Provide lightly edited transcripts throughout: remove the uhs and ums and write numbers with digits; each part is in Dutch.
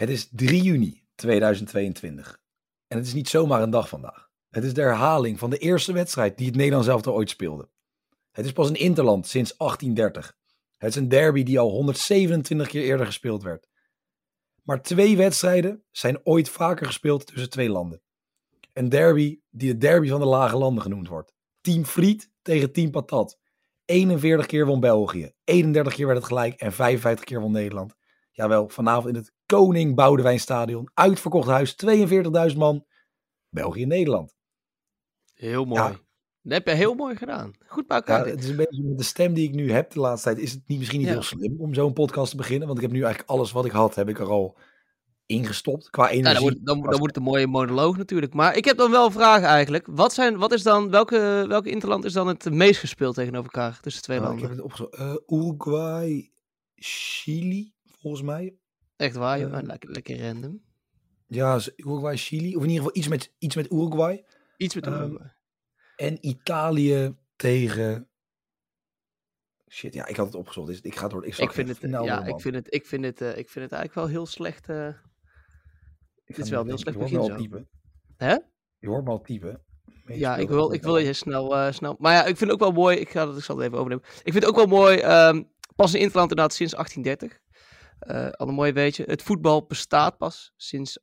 Het is 3 juni 2022. En het is niet zomaar een dag vandaag. Het is de herhaling van de eerste wedstrijd die het Nederlands elftal ooit speelde. Het is pas een interland sinds 1830. Het is een derby die al 127 keer eerder gespeeld werd. Maar 2 wedstrijden zijn ooit vaker gespeeld tussen 2 landen. Een derby die de derby van de lage landen genoemd wordt. Team Friet tegen Team Patat. 41 keer won België. 31 keer werd het gelijk en 55 keer won Nederland. Jawel, vanavond in het Koning Boudewijn Stadion. Uitverkocht huis, 42.000 man. België-Nederland. Heel mooi. Ja. Dat heb je heel mooi gedaan. Goed bij elkaar. Ja, het is een beetje met de stem die ik nu heb de laatste tijd. Is het misschien niet heel slim om zo'n podcast te beginnen. Want ik heb nu eigenlijk alles wat ik had, heb ik er al ingestopt. Qua energie. Ja, dan wordt het een mooie monoloog natuurlijk. Maar ik heb dan wel een vraag eigenlijk. Welke interland is dan het meest gespeeld tegenover elkaar tussen 2 landen? Ik heb het opgezocht. Uruguay, Chili, volgens mij. Echt waar, joh. Lekker random. Ja, Uruguay, Chili. Of in ieder geval iets met Uruguay. Iets met Uruguay. En Italië tegen... Shit, ja, ik had het opgezocht. Dus ik ga door. Ik vind het eigenlijk wel heel slecht. Het is wel een heel slecht begin zo. Typen. Hè? Je hoort me al typen. Ja, ik wil je snel. Maar ja, ik vind het ook wel mooi. Ik zal het even overnemen. Ik vind het ook wel mooi. Pas in Interland inderdaad sinds 1830. Al een mooi weetje. Het voetbal bestaat pas sinds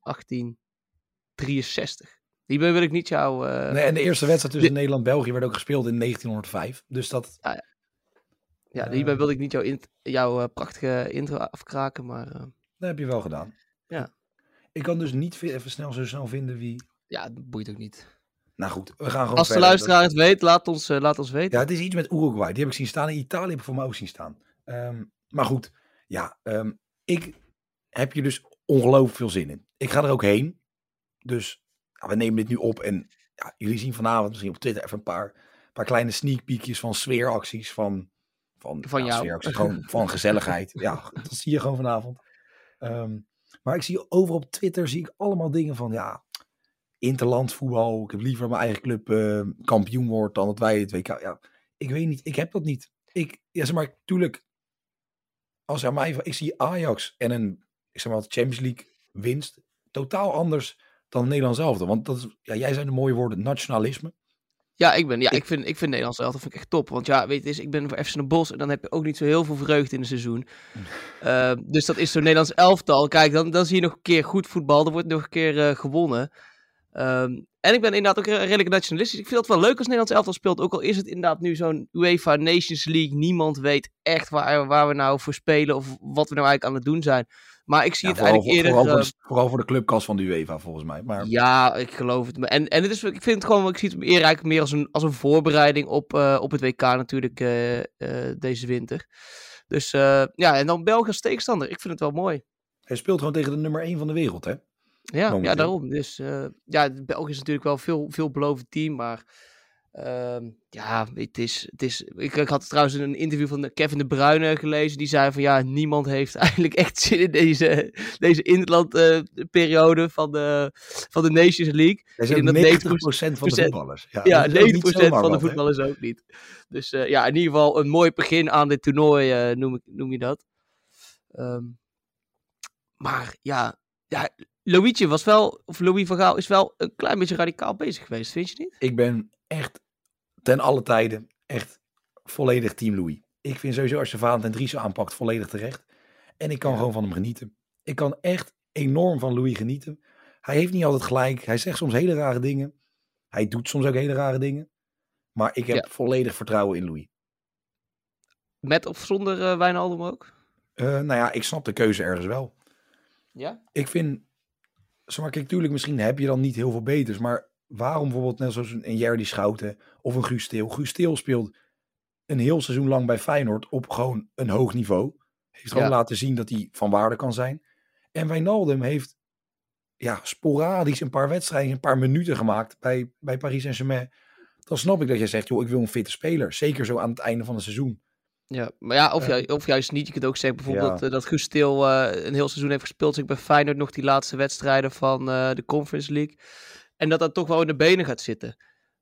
1863. Hierbij wil ik niet jou... Nee, en de eerste wedstrijd tussen Nederland en België werd ook gespeeld in 1905. Dus dat... Ja, hierbij wilde ik niet jouw prachtige intro afkraken, maar... Dat heb je wel gedaan. Ja. Ik kan dus niet even zo snel vinden wie... Ja, dat boeit ook niet. Nou goed, we gaan gewoon als de luisteraar het weet, laat ons weten. Ja, het is iets met Uruguay. Die heb ik zien staan. In Italië heb ik voor mij ook zien staan. Maar goed, ja. Ik heb hier dus ongelooflijk veel zin in. Ik ga er ook heen. Dus we nemen dit nu op. En ja, jullie zien vanavond misschien op Twitter even een paar kleine sneak peekjes van sfeeracties. Van jou. Sfeeracties, gewoon van gezelligheid. Ja, dat zie je gewoon vanavond. Maar ik zie over op Twitter allemaal dingen van interland voetbal. Ik heb liever mijn eigen club kampioen wordt dan dat wij het WK. Ja, ik weet niet. Ik heb dat niet. Tuurlijk. Ik zie Ajax en een Champions League winst totaal anders dan Nederland zelf. Want dat is, jij zei de mooie woorden nationalisme. Ja, ik vind Nederland zelf, dat vind ik echt top. Want ja, weet je, ik ben voor FC Den Bosch en dan heb je ook niet zo heel veel vreugde in het seizoen. Dus dat is zo'n Nederlands elftal. Kijk, dan zie je nog een keer goed voetbal. Er wordt nog een keer gewonnen. En ik ben inderdaad ook redelijk nationalistisch. Ik vind het wel leuk als Nederlands elftal speelt. Ook al is het inderdaad nu zo'n UEFA Nations League. Niemand weet echt waar we nou voor spelen of wat we nou eigenlijk aan het doen zijn. Maar ik zie het eigenlijk eerder... Vooral voor de clubkast van de UEFA volgens mij. Maar... Ja, ik geloof het. En het is, ik vind het gewoon, ik zie het eigenlijk meer als een voorbereiding op het WK natuurlijk deze winter. Dus en dan België als tegenstander. Ik vind het wel mooi. Hij speelt gewoon tegen de nummer 1 van de wereld, hè? Ja, daarom. Dus België is natuurlijk wel een veelbelovend team, maar het is... Ik had trouwens een interview van Kevin De Bruyne gelezen, die zei van niemand heeft eigenlijk echt zin in deze interlandperiode van de Nations League. Hij is ook 90% van de voetballers. Ja, 90% van de voetballers ook niet. Dus in ieder geval een mooi begin aan dit toernooi, noem je dat. Maar Louis van Gaal is wel een klein beetje radicaal bezig geweest, vind je niet? Ik ben echt ten alle tijden echt volledig team Louis. Ik vind sowieso als je Valentijn Dries aanpakt volledig terecht. En ik kan gewoon van hem genieten. Ik kan echt enorm van Louis genieten. Hij heeft niet altijd gelijk. Hij zegt soms hele rare dingen. Hij doet soms ook hele rare dingen. Maar ik heb volledig vertrouwen in Louis. Met of zonder Wijnaldum ook? Ik snap de keuze ergens wel. Ja? Ik vind... kijk, tuurlijk, misschien heb je dan niet heel veel beters. Maar waarom bijvoorbeeld net zoals een Jerdy Schouten of een Guus Til. Guus Til speelt een heel seizoen lang bij Feyenoord op gewoon een hoog niveau. Heeft gewoon laten zien dat hij van waarde kan zijn. En Wijnaldum heeft sporadisch een paar wedstrijden, een paar minuten gemaakt bij Paris Saint-Germain. Dan snap ik dat jij zegt, ik wil een fitte speler. Zeker zo aan het einde van het seizoen. Ja, maar of juist niet. Je kunt ook zeggen bijvoorbeeld dat Guus Til een heel seizoen heeft gespeeld. Dus ik bij Feyenoord nog die laatste wedstrijden van de Conference League. En dat toch wel in de benen gaat zitten.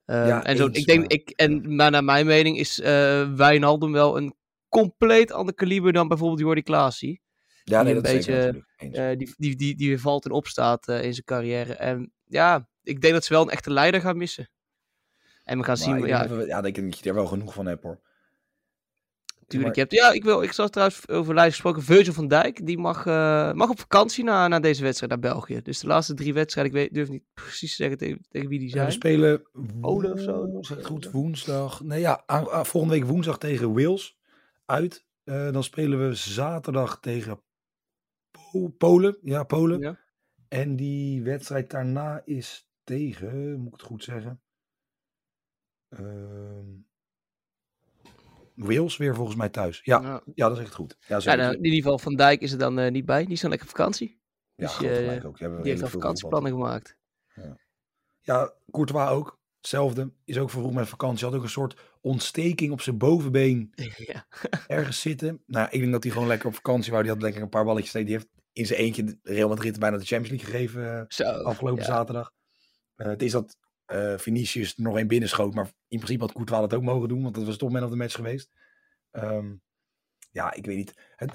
Maar naar mijn mening is Wijnaldum wel een compleet ander kaliber dan bijvoorbeeld Jordi Klaasie. Ja, die nee, een dat is zeker beetje, natuurlijk. Eens. die weer valt en opstaat in zijn carrière. En ja, ik denk dat ze wel een echte leider gaan missen. En we gaan Maar zien, ik denk dat je er wel genoeg van hebt, hoor. tuurlijk. Maar, Ik zag trouwens over lijst gesproken. Virgil van Dijk, die mag op vakantie na deze wedstrijd naar België. Dus de laatste 3 wedstrijden, durf niet precies te zeggen tegen wie die we zijn. spelen Polen of zo? zeg ik goed, woensdag. Nee, ja, volgende week woensdag tegen Wales uit. Dan spelen we zaterdag tegen Polen. Ja, Polen. Ja. En die wedstrijd daarna is tegen, moet ik het goed zeggen? Wales weer volgens mij thuis. Ja, dat is echt goed. Ja, in ieder geval, Van Dijk is er dan niet bij. Die is dan lekker op vakantie. Ja, Dus groot gelijk ook. die heeft al vakantieplannen gemaakt. Ja, Courtois ook. Hetzelfde. Is ook vroeg met vakantie. Had ook een soort ontsteking op zijn bovenbeen ergens zitten. Nou ja, ik denk dat hij gewoon lekker op vakantie wou. Die had denk ik een paar balletjes tegen. Die heeft in zijn eentje Real Madrid bijna de Champions League gegeven afgelopen zaterdag. Het is dat Vinicius er nog één binnenschoot. Maar in principe had Courtois dat ook mogen doen. Want dat was toch man of the match geweest. Ja, ik weet niet.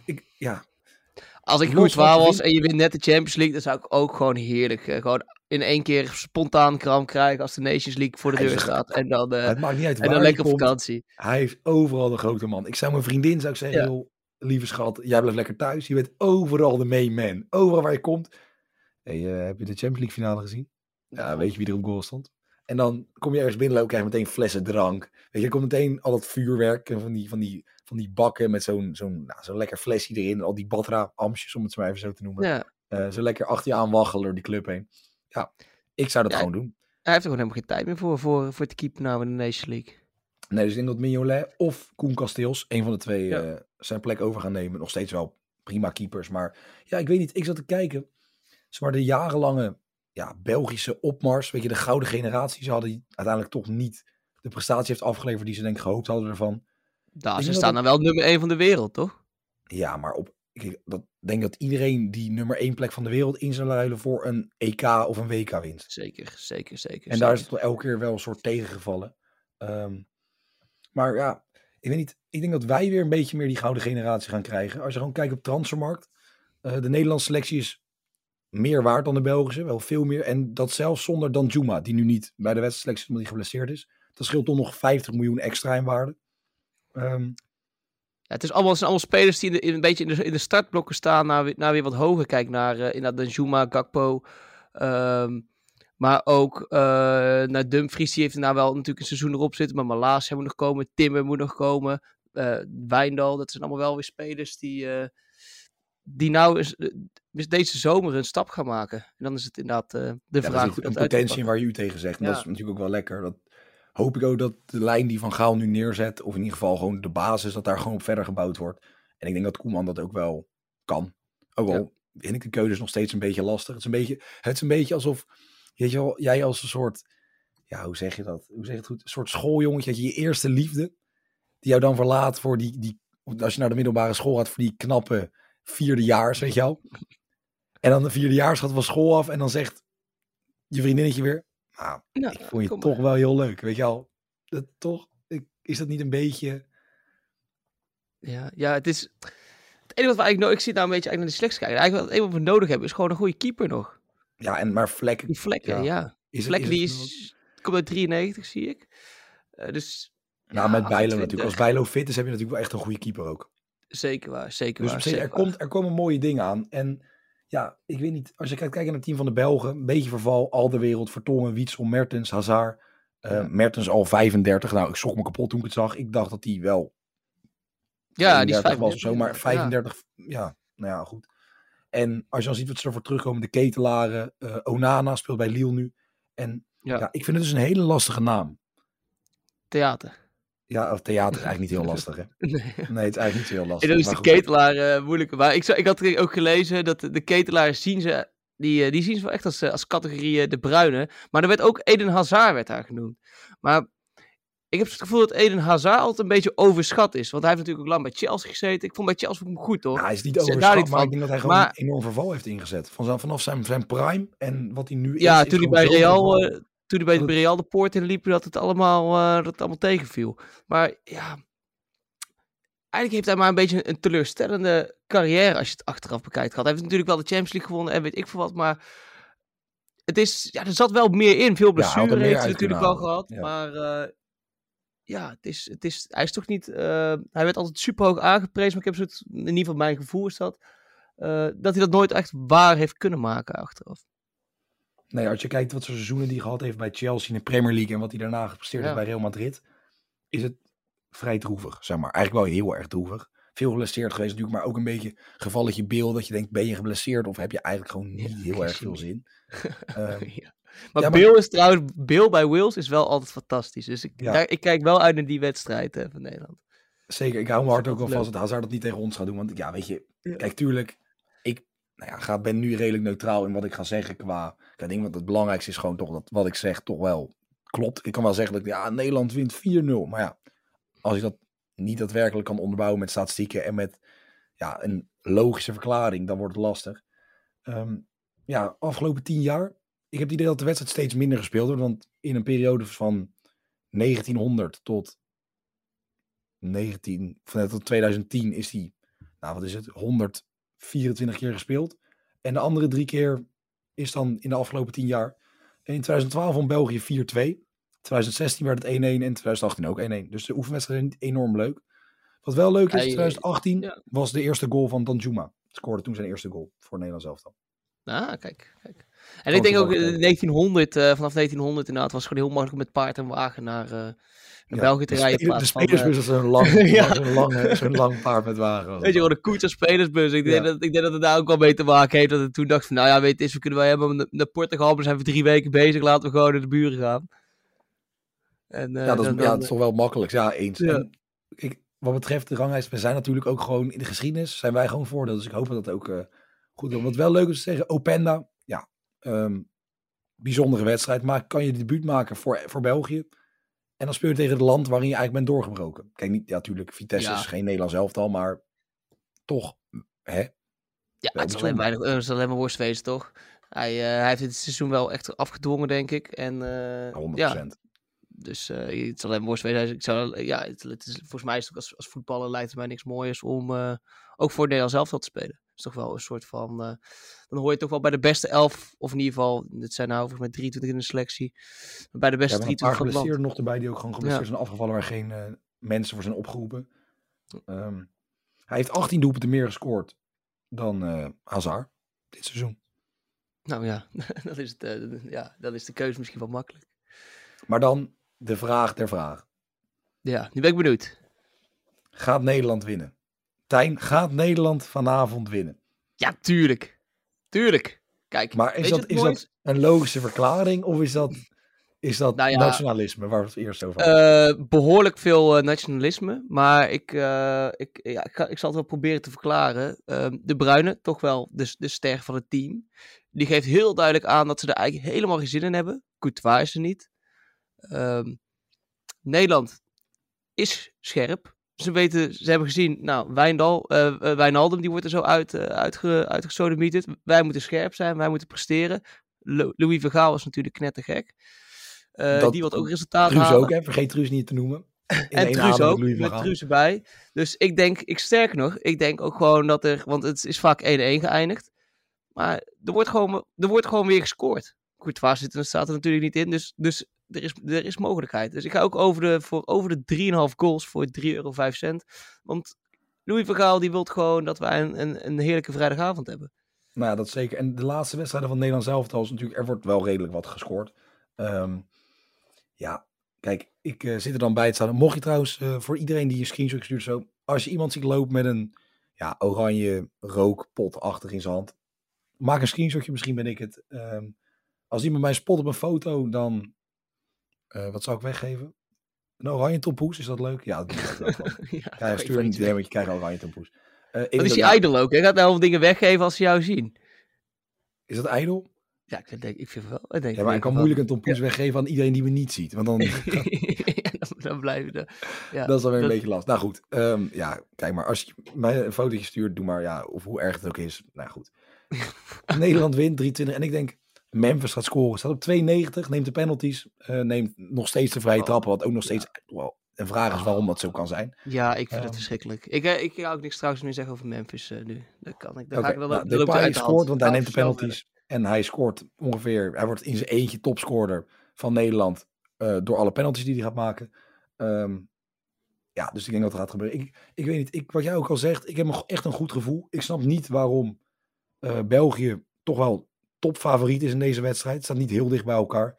Als ik Courtois was en je wint net de Champions League, dan zou ik ook gewoon heerlijk gewoon in één keer spontaan kramp krijgen als de Nations League voor de deur staat. En dan, het maakt niet uit en dan lekker op vakantie. Hij heeft overal de grote man. Ik zou mijn vriendin zeggen, joh, lieve schat, jij blijft lekker thuis. Je bent overal de main man. Overal waar je komt. Hey, heb je de Champions League finale gezien? Ja, weet je wie er op goal stond? En dan kom je ergens binnenlopen, krijg je meteen flessen drank. Weet je, er komt meteen al dat vuurwerk en van die bakken met zo'n lekker flesje erin. Al die Batra-amsjes, om het maar even zo te noemen. Zo lekker achter je aan waggelen door die club heen. Ja, ik zou dat gewoon doen. Hij heeft er gewoon helemaal geen tijd meer voor te keepen nou in de Nations League. Nee, dus ik denk dat Mignolet of Koen Kasteels, een van de twee, zijn plek over gaan nemen. Nog steeds wel prima keepers. Maar ja, ik weet niet, ik zat te kijken. Zwaar de jarenlange Belgische opmars, weet je, de gouden generatie, ze hadden die uiteindelijk toch niet de prestatie heeft afgeleverd die ze denk ik gehoopt hadden ervan. Ze staan dan wel nummer 1 van de wereld, toch? Ja, maar ik denk dat iedereen die nummer 1 plek van de wereld in zou ruilen voor een EK of een WK wint. Zeker. En daar is het wel elke keer wel een soort tegengevallen. Maar ja, ik weet niet. Ik denk dat wij weer een beetje meer die gouden generatie gaan krijgen. Als je gewoon kijkt op transfermarkt. De Nederlandse selectie is meer waard dan de Belgische. Wel veel meer. En dat zelfs zonder Danjuma, die nu niet bij de wedstrijdselectie omdat hij geblesseerd is. Dat scheelt toch nog 50 miljoen extra in waarde. Het zijn allemaal spelers die een beetje in de startblokken staan naar weer wat hoger. Kijk naar Danjuma, Gakpo. Maar ook naar Dumfries, die heeft er nou wel natuurlijk een seizoen erop zitten. Maar Malaas moet nog komen, Timmer moet nog komen. Wijndal, dat zijn allemaal wel weer spelers die nou deze zomer een stap gaan maken. En dan is het inderdaad de vraag hoe dat een potentie waar je u tegen zegt. En dat is natuurlijk ook wel lekker. Dat hoop ik ook dat de lijn die Van Gaal nu neerzet, of in ieder geval gewoon de basis, dat daar gewoon op verder gebouwd wordt. En ik denk dat Koeman dat ook wel kan. Ook al vind ik de keuzes nog steeds een beetje lastig. Het is een beetje alsof, weet je wel, jij als een soort, hoe zeg je dat? Hoe zeg je het goed? Een soort schooljongetje, dat je eerste liefde, die jou dan verlaat voor als je naar de middelbare school gaat, voor die knappe vierdejaars, weet je wel. En dan de vierdejaars gaat van school af en dan zegt je vriendinnetje weer, ik vond je toch wel heel leuk, weet je wel. Is dat niet een beetje... Ja, het is... Het enige wat we eigenlijk nodig... Ik zit nou een beetje naar de selectie kijken. Eigenlijk het enige wat we nodig hebben is gewoon een goede keeper nog. Ja, maar Vlekken... Die Vlekken, Vlekken komt uit 93, zie ik. Dus... met Bijlo natuurlijk. Als Bijlo fit is, heb je natuurlijk wel echt een goede keeper ook. Zeker waar. Er komen mooie dingen aan. En ja, ik weet niet. Als je kijkt naar het team van de Belgen, een beetje verval. Alderweireld, Vertongen, Witsel, Mertens, Hazard. Mertens al 35. Nou, ik schrok me kapot toen ik het zag. Ik dacht dat hij wel... Ja, die is 35 was of zo, maar 35... goed. En als je dan ziet wat ze ervoor terugkomen, de Ketelaren, Onana speelt bij Lille nu. En ik vind het dus een hele lastige naam. Theater. Ja, of theater is eigenlijk niet heel lastig, hè? Nee, het is eigenlijk niet zo heel lastig. En dan is de Ketelaar moeilijker. Maar ik had ook gelezen dat de Ketelaar zien ze wel echt als categorie de bruine. Maar er werd ook Eden Hazard daar genoemd. Maar ik heb het gevoel dat Eden Hazard altijd een beetje overschat is. Want hij heeft natuurlijk ook lang bij Chelsea gezeten. Ik vond bij Chelsea hem goed, hoor. Ja, hij is niet overschat, maar ik denk dat hij gewoon een enorm verval heeft ingezet. Vanaf zijn prime en wat hij nu is. Ja, toen hij bij Real de poort in liep, dat het allemaal tegenviel. Maar ja, eigenlijk heeft hij maar een beetje een teleurstellende carrière als je het achteraf bekijkt gehad. Hij heeft natuurlijk wel de Champions League gewonnen en weet ik veel wat, maar het is, ja, er zat wel meer in. Veel Ja, hij had er blessure meer heeft hij uit kunnen natuurlijk wel halen. gehad, Ja. maar ja, hij is toch niet, hij werd altijd super hoog aangeprezen, maar ik heb in ieder geval mijn gevoel is dat hij dat nooit echt waar heeft kunnen maken achteraf. Nee, als je kijkt wat voor seizoenen die gehad heeft bij Chelsea in de Premier League en wat hij daarna gepresteerd heeft bij Real Madrid, is het vrij droevig, zeg maar. Eigenlijk wel heel erg droevig. Veel geblesseerd geweest natuurlijk, maar ook een beetje gevalletje beeld dat je denkt, ben je geblesseerd of heb je eigenlijk gewoon niet heel erg veel zin? Ja. Maar Bill is trouwens, Bill bij Wales is wel altijd fantastisch. Dus ik kijk wel uit naar die wedstrijd van Nederland. Zeker, ik hou me hard ook wel vast dat Hazard dat niet tegen ons gaat doen. Want ja, weet je, kijk, tuurlijk, ik ben nu redelijk neutraal in wat ik ga zeggen qua... Ik denk dat het belangrijkste is gewoon toch dat wat ik zeg toch wel klopt. Ik kan wel zeggen dat Nederland wint 4-0. Maar ja, als ik dat niet daadwerkelijk kan onderbouwen met statistieken en met een logische verklaring, dan wordt het lastig. Afgelopen 10 jaar, ik heb het idee dat de wedstrijd steeds minder gespeeld wordt. Want in een periode van 1900 tot 2010 is die, 124 keer gespeeld. En de andere 3 keer is dan in de afgelopen 10 jaar. En in 2012 won België 4-2. 2016 werd het 1-1 en 2018 ook 1-1. Dus de oefenwedstrijden zijn niet enorm leuk. Wat wel leuk is, 2018 was de eerste goal van Danjuma. Scoorde toen zijn eerste goal voor Nederland zelf dan. Ah, kijk. En ik denk ook vanaf 1900 inderdaad was het gewoon heel makkelijk met paard en wagen naar België te rijden. De spelersbus is zo'n lang paard met wagen. Weet je, gewoon een koets en spelersbus. Ik denk dat het daar ook wel mee te maken heeft. Dat ik toen dacht van, weet je, we kunnen wel hebben naar Portugal, maar zijn we 3 weken bezig. Laten we gewoon naar de buren gaan. En, dat is toch wel makkelijk. Ja, eens. Ja. En, wat betreft de ranglijst, we zijn natuurlijk ook gewoon in de geschiedenis, zijn wij gewoon voordeel. Dus ik hoop dat ook goed is. Wat wel leuk is te zeggen, Openda, bijzondere wedstrijd. Maar kan je debuut maken voor België? En dan speel je tegen het land waarin je eigenlijk bent doorgebroken. Kijk, niet, natuurlijk, Vitesse is geen Nederlands elftal, maar toch, hè? Ja, het is alleen maar worstfeest, toch? Hij heeft dit seizoen wel echt afgedwongen, denk ik. En, 100%. Dus het is alleen worstfeest. Volgens mij is het ook als voetballer lijkt het mij niks mooiers om ook voor Nederland zelf te spelen. Het is toch wel een soort van... dan hoor je toch wel bij de beste 11, of in ieder geval, dit zijn nou volgens mij 23 in de selectie. Bij de beste 23 van het land. Er nog erbij die ook gewoon geblesseerd zijn afgevallen, waar geen mensen voor zijn opgeroepen. Hij heeft 18 doelpunten meer gescoord dan Hazard dit seizoen. Nou ja, dat is de keuze misschien wel makkelijk. Maar dan de vraag der vraag. Ja, nu ben ik benieuwd. Gaat Nederland winnen? Tijn, gaat Nederland vanavond winnen? Ja, tuurlijk. Kijk, maar is dat een logische verklaring of is dat nationalisme waar we het eerst over hadden? Behoorlijk veel nationalisme, maar ik zal het wel proberen te verklaren. De Bruyne, toch wel de ster van het team, die geeft heel duidelijk aan dat ze er eigenlijk helemaal geen zin in hebben. Courtois is er niet. Nederland is scherp. Ze hebben gezien, Wijnaldum die wordt er zo uitgesodemieterd. Wij moeten scherp zijn, wij moeten presteren. Louis van Gaal is natuurlijk knettergek. Die wil ook resultaat halen. Truus ook, hè? Vergeet Truus niet te noemen. En Truus ook, met Truus erbij. Dus ik denk ook gewoon dat want het is vaak 1-1 geëindigd. Maar er wordt gewoon weer gescoord. Courtois staat er natuurlijk niet in, dus er is mogelijkheid. Dus ik ga ook over de 3,5 goals voor €3,05. Want Louis van Gaal die wil gewoon dat wij een heerlijke vrijdagavond hebben. Nou ja, dat zeker. En de laatste wedstrijden van Nederland zelf is natuurlijk, er wordt wel redelijk wat gescoord. Kijk, ik zit er dan bij het staan. Mocht je trouwens, voor iedereen die een screenshot stuurt zo, als je iemand ziet lopen met een oranje rookpot-achtig in zijn hand, maak een screenshotje, misschien ben ik het. Als iemand mij spot op een foto, dan wat zou ik weggeven? Een oranje tompoes, is dat leuk? Ja, dat is leuk. Stuur niet idee, want je krijgt een oranje tompoes. Dat is die ijdel ook, hè? Gaat nou dingen weggeven als ze jou zien. Is dat ijdel? Ja, ik vind wel. Maar ik kan moeilijk een tompoes weggeven aan iedereen die me niet ziet. Want dan... dan blijven we dat is dan weer een beetje last. Nou goed, kijk maar, als je mij een fotootje stuurt, doe maar, of hoe erg het ook is. Nou goed. Nederland wint 23 en ik denk, Memphis gaat scoren. Staat op 92, neemt de penalties, neemt nog steeds de vrije trappen, wat ook nog steeds Een vraag is waarom dat zo kan zijn. Ja, ik vind het verschrikkelijk. Ik ga ook niks trouwens meer zeggen over Memphis nu. Dat kan ik. Dan ga ik wel nou, dat loopt Depay uit de hand. scoort, want hij Ga neemt de zelf penalties. En hij scoort ongeveer... Hij wordt in zijn eentje topscorer van Nederland door alle penalties die hij gaat maken. Dus ik denk dat het gaat gebeuren. Ik weet niet, wat jij ook al zegt, ik heb echt een goed gevoel. Ik snap niet waarom België toch wel topfavoriet is in deze wedstrijd. Het staat niet heel dicht bij elkaar.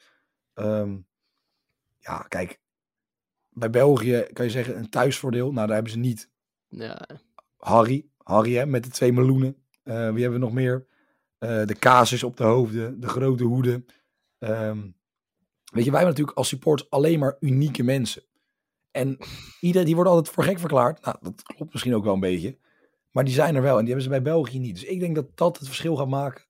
Kijk, bij België kan je zeggen een thuisvoordeel. Nou, daar hebben ze niet. Ja. Harry hè, met de 2 meloenen. Wie hebben we nog meer? De casus op de hoofden, de grote hoeden. Weet je, wij hebben natuurlijk als supporters alleen maar unieke mensen. En die worden altijd voor gek verklaard. Nou, dat klopt misschien ook wel een beetje. Maar die zijn er wel en die hebben ze bij België niet. Dus ik denk dat dat het verschil gaat maken.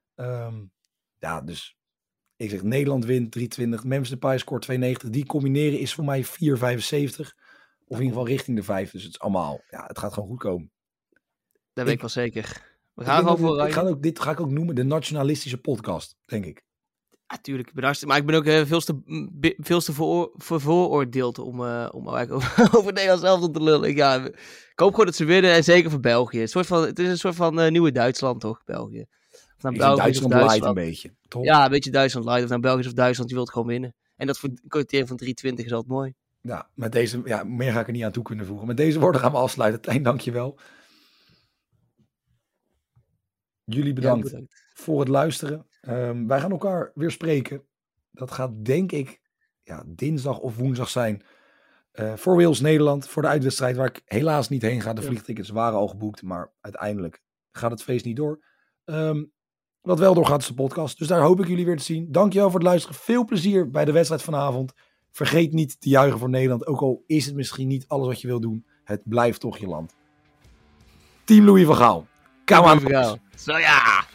Dus ik zeg Nederland wint 3,20. Memphis Depay scoort 2,90. Die combineren is voor mij 4,75. Of in ieder geval richting de 5. Dus het is allemaal, het gaat gewoon goed komen. Dat weet ik wel zeker. We gaan gewoon voor dit ga ik ook noemen de nationalistische podcast, denk ik. Natuurlijk, maar ik ben ook veel te vooroordeeld om over Nederland zelf te lullen. Ik hoop gewoon dat ze winnen en zeker voor België. Het is een soort van nieuwe Duitsland, toch, België? Of nou Duitsland light een beetje, toch? Ja, een beetje Duitsland light. Of nou België of Duitsland, je wilt gewoon winnen. En dat voor een quotering van 3,20 is altijd mooi. Ja, met deze, meer ga ik er niet aan toe kunnen voegen. Met deze woorden gaan we afsluiten. Tijn, dankjewel. Jullie bedankt voor het luisteren. Wij gaan elkaar weer spreken. Dat gaat denk ik dinsdag of woensdag zijn. Voor Wales Nederland. Voor de uitwedstrijd waar ik helaas niet heen ga. De vliegtickets waren al geboekt. Maar uiteindelijk gaat het feest niet door. Wat wel doorgaat is de podcast. Dus daar hoop ik jullie weer te zien. Dankjewel voor het luisteren. Veel plezier bij de wedstrijd vanavond. Vergeet niet te juichen voor Nederland. Ook al is het misschien niet alles wat je wil doen. Het blijft toch je land. Team Louis van Gaal. Come on. Zo ja!